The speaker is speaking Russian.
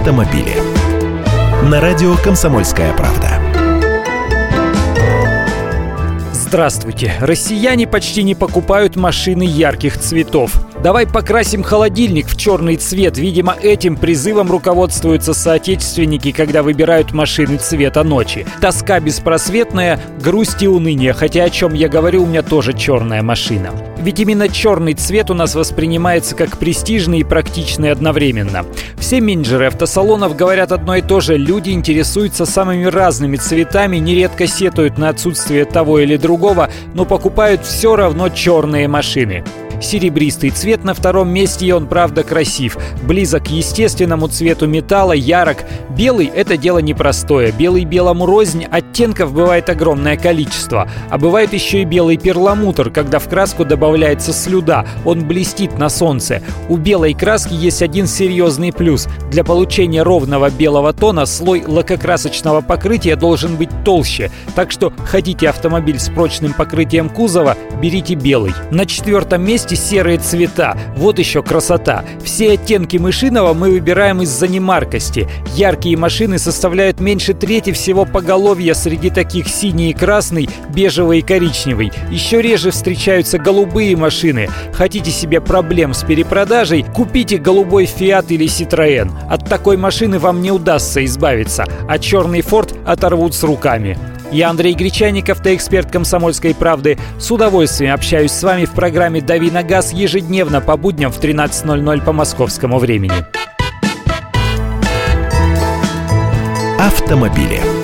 автомобили. На радио «Комсомольская правда». Здравствуйте. Россияне почти не покупают машины ярких цветов. Давай покрасим холодильник в черный цвет. Видимо, этим призывом руководствуются соотечественники, когда выбирают машины цвета ночи. Тоска беспросветная, грусть и уныние. Хотя о чем я говорю, у меня тоже черная машина. Ведь именно черный цвет у нас воспринимается как престижный и практичный одновременно. Все менеджеры автосалонов говорят одно и то же. Люди интересуются самыми разными цветами, нередко сетуют на отсутствие того или другого, но покупают все равно черные машины. Серебристый цвет на втором месте, и он, правда, красив. Близок к естественному цвету металла, ярок. Белый – это дело непростое. Белый белому рознь, оттенков бывает огромное количество. А бывает еще и белый перламутр, когда в краску добавляется слюда. Он блестит на солнце. У белой краски есть один серьезный плюс. Для получения ровного белого тона слой лакокрасочного покрытия должен быть толще. Так что хотите автомобиль с прочным покрытием кузова – берите белый. На четвертом месте серые цвета. Вот еще красота. Все оттенки мышиного мы выбираем из-за немаркости. Яркие машины составляют меньше трети всего поголовья. Среди таких синий и красный, бежевый и коричневый. Еще реже встречаются голубые машины. Хотите себе проблем с перепродажей? Купите голубой Fiat или Citroën. От такой машины вам не удастся избавиться, а черный Ford оторвут с руками. Я Андрей Гречанников, автоэксперт «Комсомольской правды». С удовольствием общаюсь с вами в программе «Дави на газ» ежедневно по будням в 13:00 по московскому времени. Автомобили.